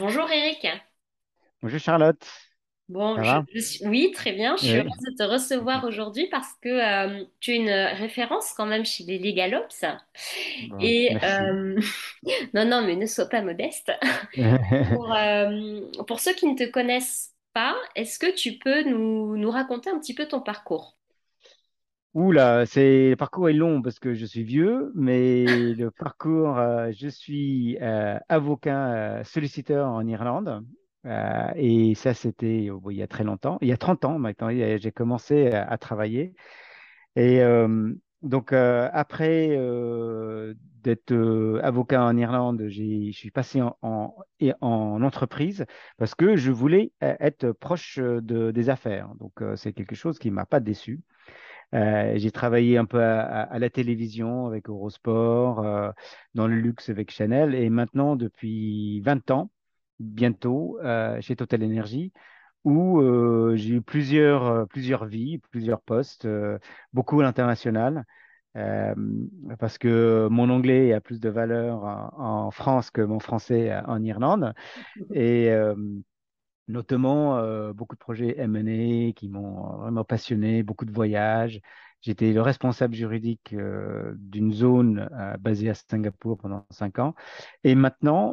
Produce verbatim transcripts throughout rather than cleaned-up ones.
Bonjour Eric. Bonjour Charlotte, Bon, ça je, va? je suis, oui, très bien. Je suis Oui. heureuse de te recevoir aujourd'hui parce que euh, tu es une référence quand même chez les Legalops. Bon, Et merci. euh, non, non, mais ne sois pas modeste. Pour, euh, pour ceux qui ne te connaissent pas, est-ce que tu peux nous, nous raconter un petit peu ton parcours? Oula, c'est le parcours est long parce que je suis vieux, mais le parcours, euh, je suis euh, avocat euh, solliciteur en Irlande. Euh, et ça, c'était euh, bon, il y a très longtemps, il y a trente ans maintenant, il y a- j'ai commencé à, à travailler. Et euh, donc, euh, après euh, d'être euh, avocat en Irlande, j'ai, je suis passé en, en, et en entreprise parce que je voulais euh, être proche euh, de, des affaires. Donc, euh, c'est quelque chose qui m'a pas déçu. Euh, j'ai travaillé un peu à, à- à la télévision avec Eurosport, euh, dans le luxe avec Chanel, et maintenant, depuis vingt ans, bientôt, euh, chez Total Energy où euh, j'ai eu plusieurs, euh, plusieurs vies, plusieurs postes, euh, beaucoup à l'international, euh, parce que mon anglais a plus de valeur en, en France que mon français euh, en Irlande. Et euh, notamment euh, beaucoup de projets M and A qui m'ont vraiment passionné, beaucoup de voyages. J'étais le responsable juridique euh, d'une zone euh, basée à Singapour pendant cinq ans. Et maintenant,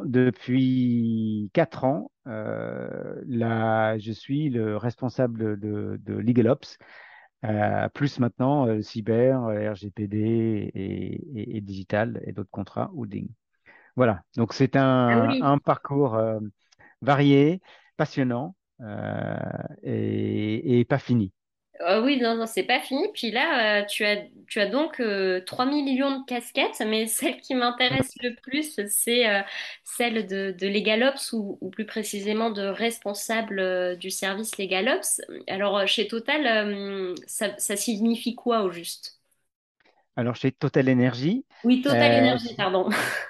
depuis quatre ans, euh, là, je suis le responsable de, de LegalOps, euh, plus maintenant euh, cyber, R G P D et, et- et digital et d'autres contrats holding. Voilà, donc c'est Ah un, oui. un parcours euh, varié, passionnant euh, et, et pas fini. Euh, oui, non, non, c'est pas fini. Puis là, euh, tu as, tu as donc euh, trois millions de casquettes, mais celle qui m'intéresse le plus, c'est euh, celle de, de LegalOps ou, ou plus précisément de responsable euh, du service LegalOps. Alors, euh, chez Total, euh, ça, ça signifie quoi au juste? Alors chez Total Energy, Oui, Total euh, Énergie, pardon.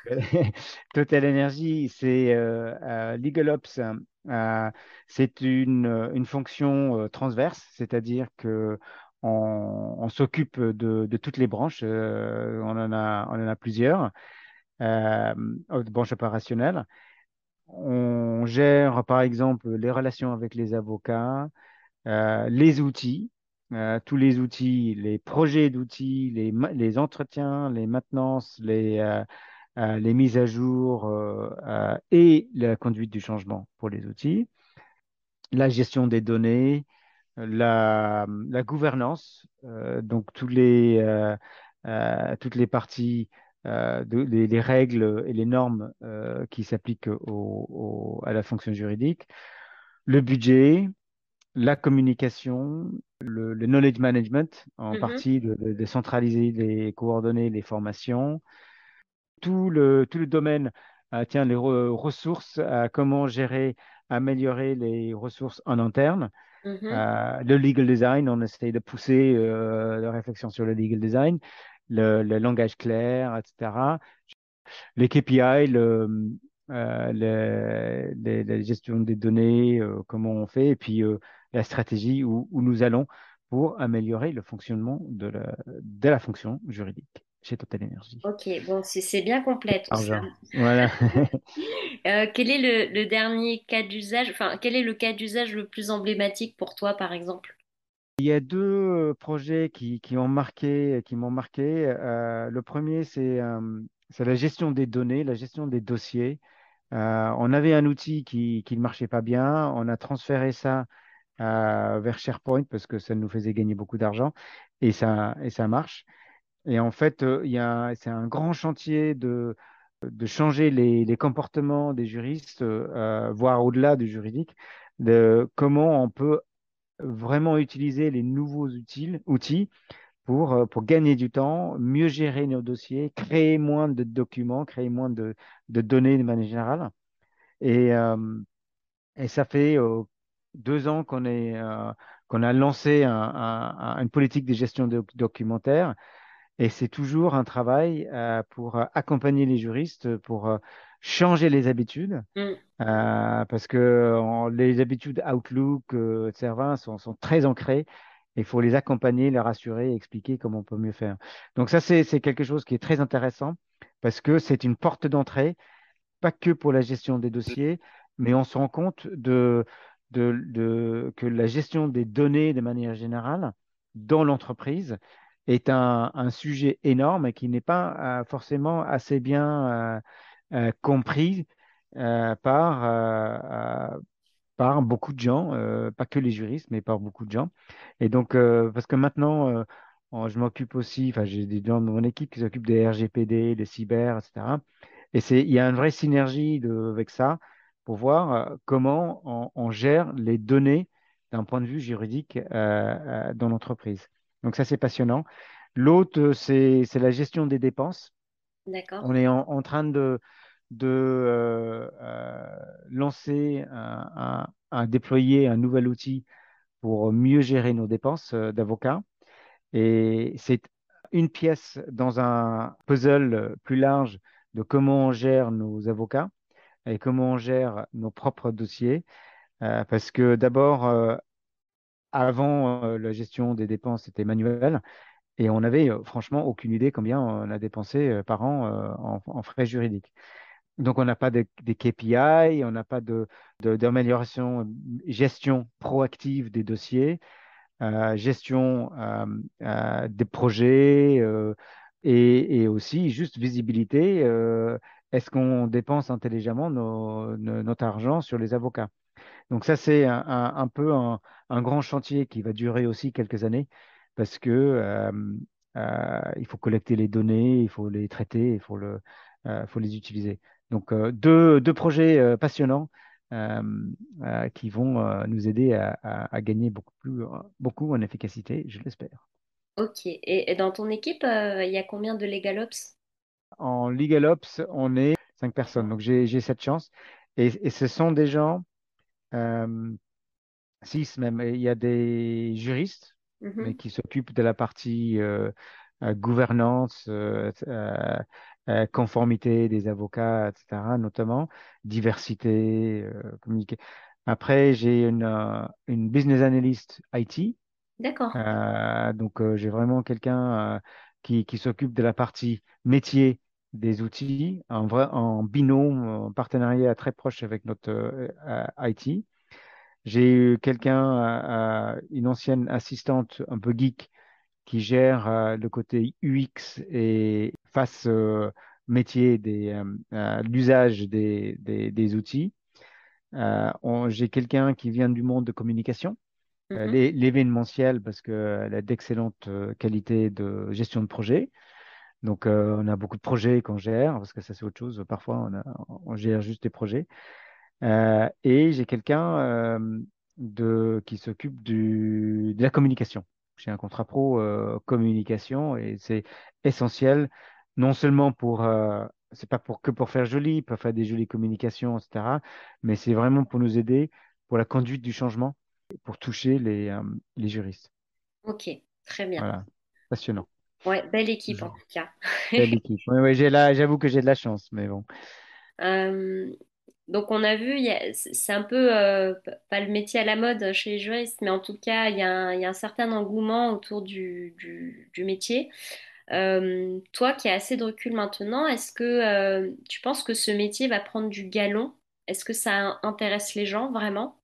Total Energy, c'est euh, euh, LegalOps, euh, c'est une, une fonction euh, transverse, c'est-à-dire que on, on s'occupe de, de toutes les branches, euh, on en a, on en a plusieurs, euh, de branches opérationnelles. On gère par exemple les relations avec les avocats, euh, les outils, euh, tous les outils, les projets d'outils, les, ma- les entretiens, les maintenances, les, euh, euh, les mises à jour euh, euh, et la conduite du changement pour les outils, la gestion des données, la, la gouvernance, euh, donc tous les, euh, euh, toutes les parties, euh, de- les, les règles et les normes euh, qui s'appliquent au- au- à la fonction juridique, le budget, la communication, le, le knowledge management, en Mhm, partie de, de- de centraliser les coordonnées, les formations, tout le, tout le domaine, euh, tiens, les re- ressources, euh, comment gérer, améliorer les ressources en interne. mhm. Euh, le legal design, on essaye de pousser euh, la réflexion sur le legal design, le, le langage clair, et cetera. Les K P I, le, euh, le- les- la gestion des données, euh, comment on fait, et puis euh, la stratégie où, où nous allons pour améliorer le fonctionnement de la, de la fonction juridique chez Total Energy. Ok, bon, c'est c'est bien complet tout ça. Argent. Voilà. Euh, quel est le, le dernier cas d'usage, enfin, quel est le cas d'usage le plus emblématique pour toi, par exemple? Il y a deux euh, projets qui, qui ont marqué, qui m'ont marqué. Euh, le premier, c'est euh, c'est la gestion des données, la gestion des dossiers. Euh, on avait un outil qui, qui ne marchait pas bien. On a transféré ça euh, vers SharePoint parce que ça nous faisait gagner beaucoup d'argent et ça, et ça marche. Et en fait, euh, il y a, c'est un grand chantier de, de changer les, les comportements des juristes, euh, voire au-delà du juridique, de comment on peut vraiment utiliser les nouveaux outils, outils pour, euh, pour gagner du temps, mieux gérer nos dossiers, créer moins de documents, créer moins de, de données de manière générale. Et, euh, et ça fait euh, deux ans qu'on est, euh, qu'on a lancé un- un- un- une politique de gestion doc- documentaire. Et c'est toujours un travail euh, pour euh, accompagner les juristes, pour euh, changer les habitudes. Hmm. Euh, parce que en- les habitudes Outlook, euh, Servin sont, sont très ancrées. Il faut les accompagner, les rassurer, expliquer comment on peut mieux faire. Donc ça, c'est c'est quelque chose qui est très intéressant parce que c'est une porte d'entrée, pas que pour la gestion des dossiers, mais on se rend compte de, de, de- que la gestion des données de manière générale dans l'entreprise est un, un sujet énorme et qui n'est pas euh, forcément assez bien euh, euh, compris euh, par, euh, euh, par beaucoup de gens, euh, pas que les juristes, mais par beaucoup de gens. Et donc, euh, parce que maintenant, euh, en- je m'occupe aussi, enfin, j'ai des gens de mon équipe qui s'occupent des R G P D, des cyber, et cetera. Et c'est, il y a une vraie synergie de, avec ça pour voir euh, comment on, on gère les données d'un point de vue juridique euh, euh, dans l'entreprise. Donc ça, c'est passionnant. L'autre, euh, c'est, c'est la gestion des dépenses. D'accord. On est en, en train de, de euh, euh, lancer, un, un- un- déployer un nouvel outil pour mieux gérer nos dépenses euh, d'avocat. Et c'est une pièce dans un puzzle plus large de comment on gère nos avocats et comment on gère nos propres dossiers. Euh, parce que d'abord, euh, avant, euh, la gestion des dépenses était manuelle et on n'avait euh, franchement aucune idée combien on a dépensé euh, par an euh, en, en frais juridiques. Donc, on n'a pas de- des K P I, on n'a pas de, de- d'amélioration, euh, gestion proactive des dossiers, euh, gestion euh, euh, des projets euh, et, et aussi juste visibilité. Euh, est-ce qu'on dépense intelligemment nos- nos- notre argent sur les avocats? Donc ça, c'est un, un- un peu un, un grand chantier qui va durer aussi quelques années parce que euh, euh, il faut collecter les données, il faut les traiter, il faut le, euh, faut les utiliser. Donc euh, deux, deux projets euh, passionnants euh, euh, qui vont euh, nous aider à, à- à gagner beaucoup plus, beaucoup en efficacité, je l'espère. Ok. Et, et dans ton équipe, euh, il y a combien de LegalOps? En LegalOps, on est cinq personnes, donc j'ai j'ai cette chance. Et, et ce sont des gens euh, six même. Et il y a des juristes, mais Mhm. qui s'occupent de la partie euh, euh, gouvernance, euh, euh, euh, conformité des avocats, et cetera, notamment, diversité, euh, communiquer. Après, j'ai une, euh, une business analyst I T. D'accord. Euh, donc, euh, j'ai vraiment quelqu'un euh, qui, qui s'occupe de la partie métier des outils, en vrai, en binôme, en partenariat très proche avec notre euh, euh, I T. J'ai eu quelqu'un, euh, euh, une ancienne assistante un peu geek qui gère euh, le côté U X et face euh, métier des, euh, euh, l'usage des, des, des outils. Euh, on- j'ai quelqu'un qui vient du monde de communication, euh, Mhm. l'é- l'événementiel parce qu'elle a d'excellentes euh, qualités de gestion de projet. Donc, euh, on a beaucoup de projets qu'on gère parce que ça, c'est autre chose. Parfois, on, a- on gère juste des projets. Euh, et j'ai quelqu'un euh, de, qui s'occupe du, de la communication. J'ai un contrat pro euh, communication et c'est essentiel, non seulement pour, euh, c'est pas pour, que pour faire joli, pour faire des jolies communications, et cetera, mais c'est vraiment pour nous aider pour la conduite du changement, pour toucher les, euh, les juristes. Ok, très bien. Voilà, passionnant. Ouais, belle équipe en Je- tout cas. Belle équipe. Oui, oui, j'ai là, j'avoue que j'ai de la chance, mais bon. Euh, donc on a vu, il y a- c'est c'est un peu euh, p- pas le métier à la mode chez les juristes, mais en tout cas il y a un, il y a un certain engouement autour du, du, du métier. Euh, toi qui as assez de recul maintenant, est-ce que euh, tu penses que ce métier va prendre du galon? Est-ce que ça intéresse les gens vraiment?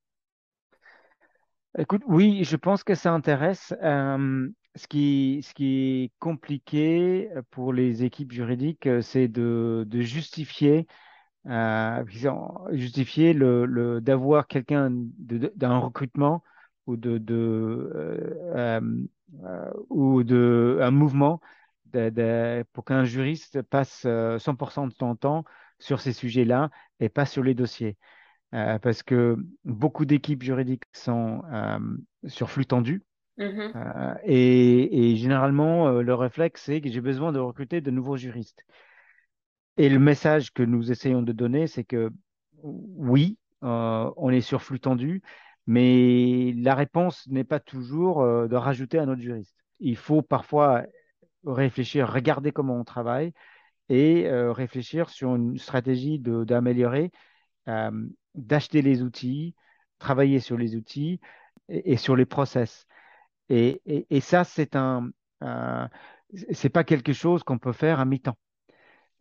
Écoute, oui, je pense que ça intéresse. Euh, ce qui, ce qui est compliqué pour les équipes juridiques, euh, c'est de, de justifier, euh, disons, justifier le, le- d'avoir quelqu'un de- de- d'un recrutement ou de, de, euh, euh, euh, ou de un mouvement de- de- pour qu'un juriste passe euh, cent pour cent de son temps sur ces sujets-là et pas sur les dossiers. Euh, parce que beaucoup d'équipes juridiques sont euh, sur flux tendu. Mhm, Euh, et, et généralement, euh, le réflexe, c'est que j'ai besoin de recruter de nouveaux juristes. Et le message que nous essayons de donner, c'est que oui, euh, on est sur flux tendu, mais la réponse n'est pas toujours euh, de rajouter un autre juriste. Il faut parfois réfléchir, regarder comment on travaille et euh, réfléchir sur une stratégie de- d'améliorer euh, d'acheter les outils, travailler sur les outils et, et sur les process. Et, et- et ça, c'est un, euh, c'est pas quelque chose qu'on peut faire à mi-temps.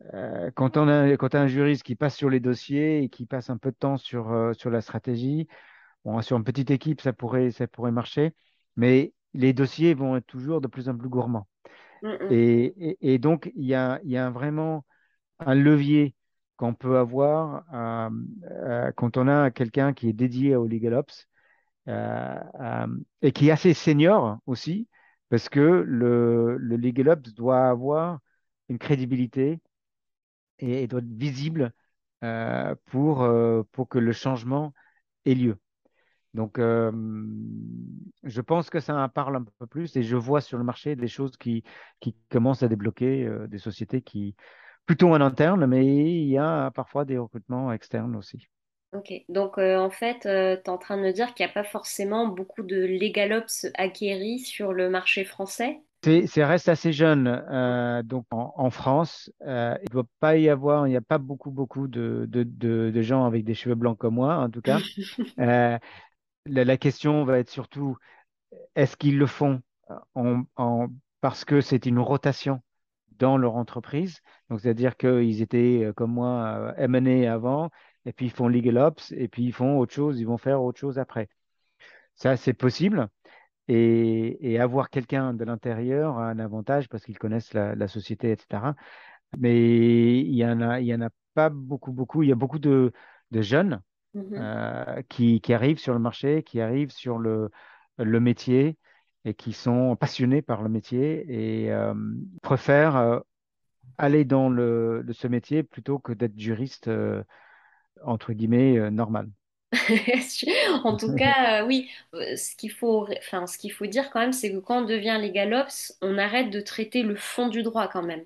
Euh, quand on a, quand un juriste qui passe sur les dossiers et qui passe un peu de temps sur, euh, sur la stratégie, bon, sur une petite équipe, ça pourrait, ça pourrait marcher, mais les dossiers vont être toujours de plus en plus gourmands. Mm, Et, et- et donc, il y a, il y a vraiment un levier qu'on peut avoir euh, euh, quand on a quelqu'un qui est dédié au Legal Ops euh, euh, et qui est assez senior aussi, parce que le, le Legal Ops doit avoir une crédibilité et, et doit être visible euh, pour, euh, pour que le changement ait lieu. Donc, euh, je pense que ça en parle un peu plus et je vois sur le marché des choses qui, qui commencent à débloquer, euh, des sociétés qui, plutôt en interne, mais il y a parfois des recrutements externes aussi. ok. Donc, euh, en fait, tu es en train de me dire qu'il n'y a pas forcément beaucoup de LegalOps acquéris sur le marché français? C'est, c'est reste assez jeune. Euh, donc en, en France, euh, il ne doit pas y avoir, il n'y a pas beaucoup, beaucoup de, de, de- de gens avec des cheveux blancs comme moi, en tout cas. Euh, la, la question va être surtout, est-ce qu'ils le font en, en- parce que c'est une rotation dans leur entreprise? Donc, c'est-à-dire qu'ils étaient, euh, comme moi, euh, M and A avant, et puis ils font Legal Ops, et puis ils font autre chose, ils vont faire autre chose après. Ça, c'est possible. Et, et avoir quelqu'un de l'intérieur a un avantage parce qu'ils connaissent la, la société, et cetera. Mais il y en a, il y en a pas beaucoup, beaucoup. Il y a beaucoup de, de jeunes Mhm. euh, qui, qui arrivent sur le marché, qui arrivent sur le, le métier et qui sont passionnés par le métier et euh, préfèrent euh, aller dans le, le- ce métier plutôt que d'être juriste, euh, entre guillemets, euh, normal. En tout cas, euh, oui, euh, ce qu'il faut, enfin, ce qu'il faut dire quand même, c'est que quand on devient LegalOps, on arrête de traiter le fond du droit quand même.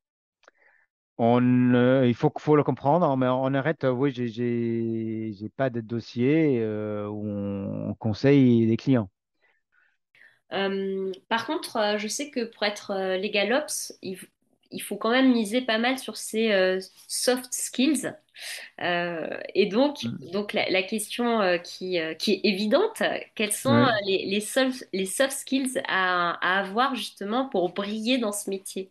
On, euh, il faut, faut le comprendre, hein, mais on arrête. euh, oui, j'ai, j'ai, j'ai pas de dossier euh, où on conseille les clients. Euh, par contre, euh, je sais que pour être euh, LegalOps, il, il faut quand même miser pas mal sur ses euh, soft skills. Euh, et donc, Mm. donc la, la question euh, qui, euh, qui est évidente, quels sont euh, Ouais. les, les, soft, les soft skills à, à avoir justement pour briller dans ce métier?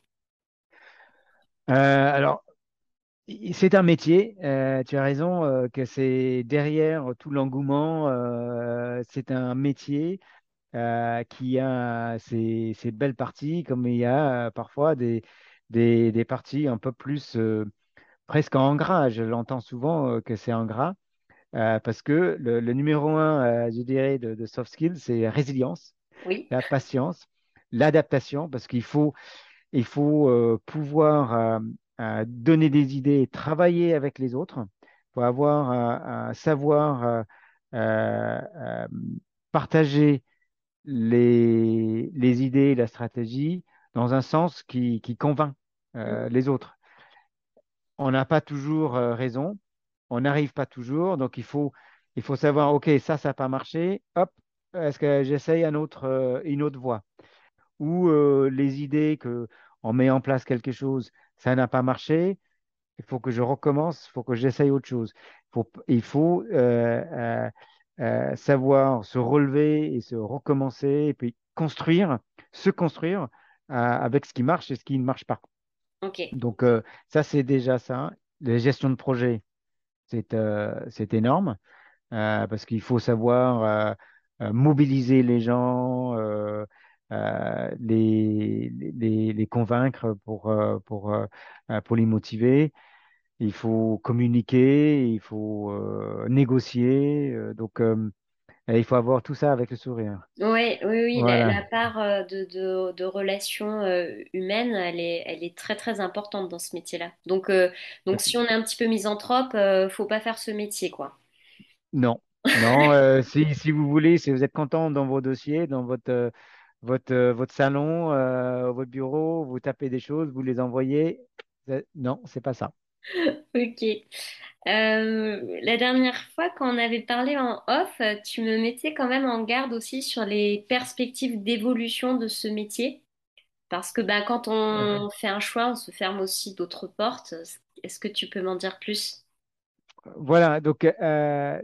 Euh, alors, i- c'est un métier. Euh, tu as raison euh, que c'est derrière tout l'engouement. Euh, c'est un métier euh, qui a ses, ses belles parties, comme il y a euh, parfois des, des, des parties un peu plus euh, presque en gras. Je l'entends souvent euh, que c'est en gras. Euh, parce que le, le numéro un, euh, je dirais, de, de soft skills, c'est résilience, Oui. la patience, l'adaptation, parce qu'il faut, il faut euh, pouvoir euh, euh, donner des idées et travailler avec les autres pour avoir euh, un savoir euh, euh, euh, partager les, les idées et la stratégie dans un sens qui, qui convainc euh, Mhm. les autres. On n'a pas toujours euh, raison, on n'arrive pas toujours, donc il faut, il faut savoir, OK, ça, ça n'a pas marché, hop, est-ce que j'essaye un autre, euh, une autre voie? Ou euh, les idées que on met en place quelque chose, ça n'a pas marché, il faut que je recommence, il faut que j'essaye autre chose. Faut- il faut euh, euh, euh, savoir se relever et se recommencer, et puis construire, se construire euh, avec ce qui marche et ce qui ne marche pas. Ok. Donc, euh, ça, c'est déjà ça. La gestion de projet, c'est euh, c'est énorme euh, parce qu'il faut savoir euh, euh, mobiliser les gens, euh, euh, les, les, les convaincre pour, euh, pour, euh, euh, pour les motiver. Il faut communiquer, il faut euh, négocier. Euh, donc, euh, et il faut avoir tout ça avec le sourire. Ouais, oui, oui, la, Voilà. la part euh, de, de, de relations euh, humaines, elle est, elle est très très importante dans ce métier-là. Donc, euh, Tout à donc fait. si on est un petit peu misanthrope, euh, faut pas faire ce métier, quoi. Non, non. Euh, si, si vous voulez, si vous êtes content dans vos dossiers, dans votre, euh, votre, euh, votre salon, euh, votre bureau, vous tapez des choses, vous les envoyez. C'est- Non, c'est pas ça. Ok. Euh, la dernière fois, quand on avait parlé en off, tu me mettais quand même en garde aussi sur les perspectives d'évolution de ce métier. Parce que bah, quand Euh, on fait un choix, on se ferme aussi d'autres portes. Est-ce que tu peux m'en dire plus? voilà, donc euh,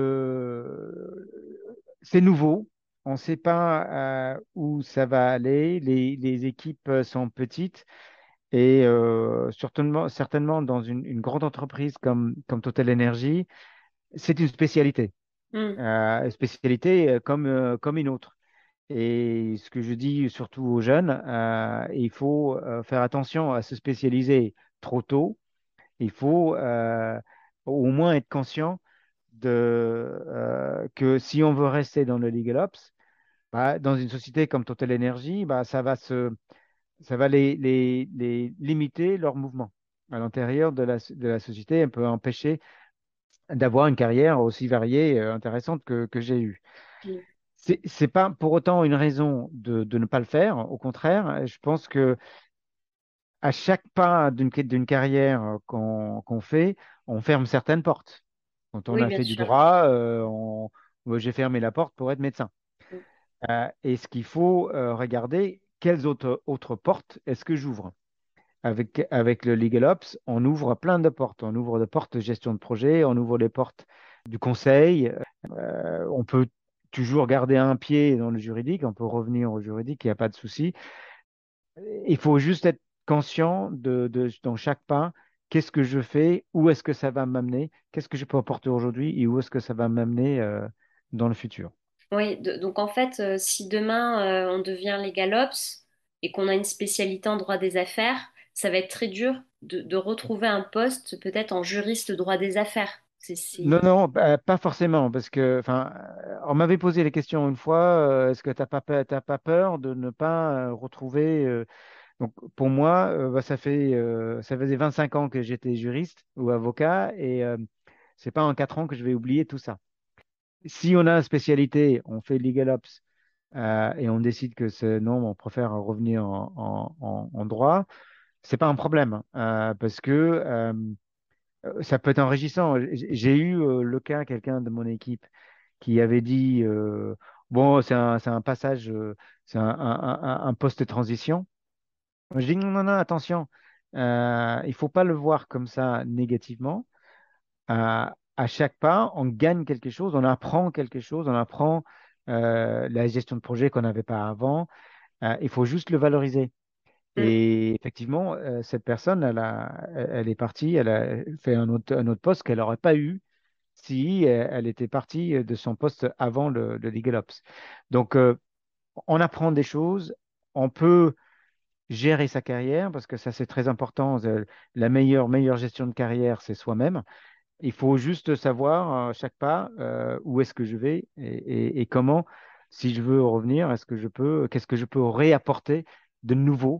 le... c'est nouveau. On ne sait pas euh, où ça va aller. Les, les équipes euh, sont petites. Et euh, certainement, certainement dans une, une grande entreprise comme, comme Total Energy, c'est une spécialité. Hmm. Euh, une spécialité euh, comme, euh, comme une autre. Et ce que je dis surtout aux jeunes, euh, il faut euh, faire attention à se spécialiser trop tôt. Il faut euh, au moins être conscient de, euh, que si on veut rester dans le legal ops, bah, dans une société comme Total Energy, bah, ça va se, ça va les, les, les limiter leur mouvement à l'intérieur de la, de la société, un peu empêcher d'avoir une carrière aussi variée et euh, intéressante que, que j'ai eue. Hmm. C'est, c'est pas pour autant une raison de, de ne pas le faire. Au contraire, je pense que à chaque pas d'une d'une carrière euh, qu'on qu'on fait, on ferme certaines portes. Quand on Oui, a bien fait du sûr. droit, euh, on- moi, j'ai fermé la porte pour être médecin. Hmm. Euh, et ce qu'il faut euh, regarder, quelles autres, autres portes est-ce que j'ouvre? Avec, avec le Legal Ops, on ouvre plein de portes. On ouvre des portes de gestion de projet, on ouvre les portes du conseil. Euh, on peut toujours garder un pied dans le juridique, on peut revenir au juridique, il n'y a pas de souci. Il faut juste être conscient de, de- dans chaque pas, qu'est-ce que je fais, où est-ce que ça va m'amener, qu'est-ce que je peux apporter aujourd'hui et où est-ce que ça va m'amener euh, dans le futur. Oui, de- donc en fait, euh, si demain euh, on devient légal ops et qu'on a une spécialité en droit des affaires, ça va être très dur de, de retrouver un poste peut-être en juriste droit des affaires. C'est, Non, c'est... non, bah, pas forcément, parce que, enfin, euh, on m'avait posé la question une fois, euh, est-ce que tu n'as pas, peur- t'as pas peur de ne pas euh, retrouver. euh, Donc, pour moi, euh, bah, ça fait, euh, ça faisait vingt-cinq ans que j'étais juriste ou avocat, et euh, c'est pas en quatre ans que je vais oublier tout ça. Si on a une spécialité, on fait legal ops, euh, et on décide que c'est non, on préfère revenir en, en- en- en droit, c'est pas un problème, hein, euh, parce que euh, ça peut être enrichissant. J'ai j'ai eu euh, le cas, quelqu'un de mon équipe qui avait dit, euh, bon, c'est un, c'est un passage, euh, c'est un, un, un- un poste de transition. Je dis, non, non, non, attention, euh, il faut pas le voir comme ça négativement. À, à chaque pas, on gagne quelque chose, on apprend quelque chose, on apprend euh, la gestion de projet qu'on n'avait pas avant. Euh, il faut juste le valoriser. Mm. Et effectivement, euh, cette personne, elle a, elle elle est partie, elle a fait un autre, un autre poste qu'elle n'aurait pas eu si euh, elle était partie de son poste avant le, le Legal Ops. Donc, euh, on apprend des choses, on peut gérer sa carrière parce que ça, c'est très important. Euh, La meilleure, meilleure gestion de carrière, c'est soi-même. Il faut juste savoir à chaque pas euh, où est-ce que je vais et, et- et comment, si je veux revenir, est-ce que je peux, qu'est-ce que je peux réapporter de nouveau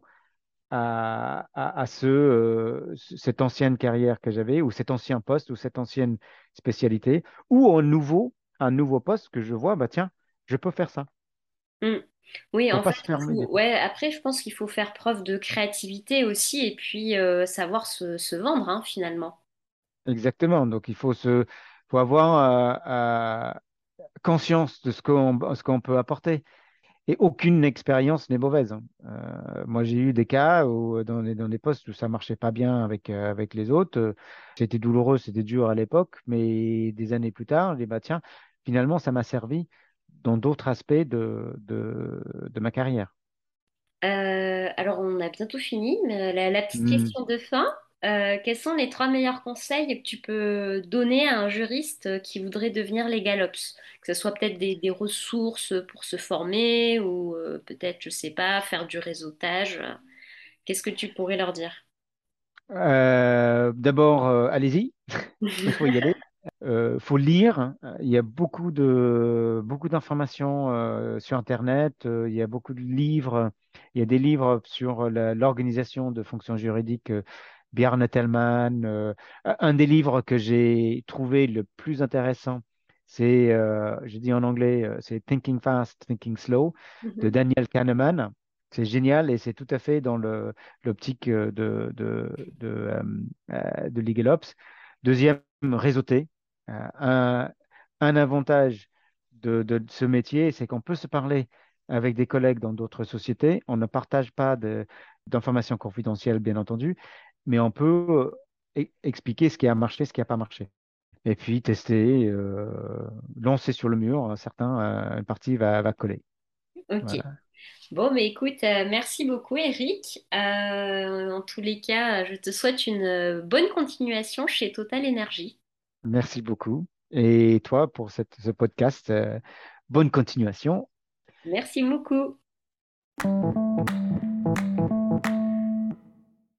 à, à, à ce, euh, c- cette ancienne carrière que j'avais, ou cet ancien poste, ou cette ancienne spécialité, ou un nouveau, un nouveau poste que je vois, bah tiens, je peux faire ça. Mm. Oui, Faut en pas fait, se il fermer des faut... portes. ouais, après, je pense qu'il faut faire preuve de créativité aussi et puis euh, savoir se, se vendre, hein, finalement. Exactement. Donc il faut se, faut avoir euh, euh, conscience de ce qu'on, ce qu'on peut apporter. Et aucune expérience n'est mauvaise, hein. Euh, moi, j'ai eu des cas où, euh, dans des, dans des postes où ça marchait pas bien avec, euh, avec les autres. Euh, c'était douloureux, c'était dur à l'époque, mais des années plus tard, je dis, bah, tiens, finalement, ça m'a servi dans d'autres aspects de, de, de ma carrière. Euh, alors, on a bientôt fini, mais la, la petite Hmm. question de fin, euh, quels sont les trois meilleurs conseils que tu peux donner à un juriste qui voudrait devenir légal ops? Que ce soit peut-être des, des ressources pour se former ou euh, peut-être, je sais pas, faire du réseautage. Qu'est-ce que tu pourrais leur dire? Euh, d'abord, euh, allez-y, il faut y aller. Euh, faut lire, hein. Il y a beaucoup de beaucoup d'informations euh, sur Internet. Euh, il y a beaucoup de livres. Il y a des livres sur la- l'organisation de fonctions juridiques. euh, Bjarne Tellman. Euh, un des livres que j'ai trouvé le plus intéressant, c'est, euh, je dis en anglais, euh, c'est Thinking Fast, Thinking Slow de Mhm. Daniel Kahneman. C'est génial et c'est tout à fait dans le l'optique euh, de de de, euh, euh, de Legal Ops. Deuxième, réseauter. Euh, un, un avantage de, de ce métier, c'est qu'on peut se parler avec des collègues dans d'autres sociétés. On ne partage pas de- d'informations confidentielles, bien entendu, mais on peut euh, e- expliquer ce qui a marché, ce qui n'a pas marché. Et puis tester, euh, lancer sur le mur, certains, euh, une partie va, va coller. Ok. Voilà. Bon, mais écoute, euh, merci beaucoup, Eric. Euh, en tous les cas, je te souhaite une euh, bonne continuation chez Total Energy. Merci beaucoup. Et toi, pour cette, ce podcast, euh, bonne continuation. Merci beaucoup.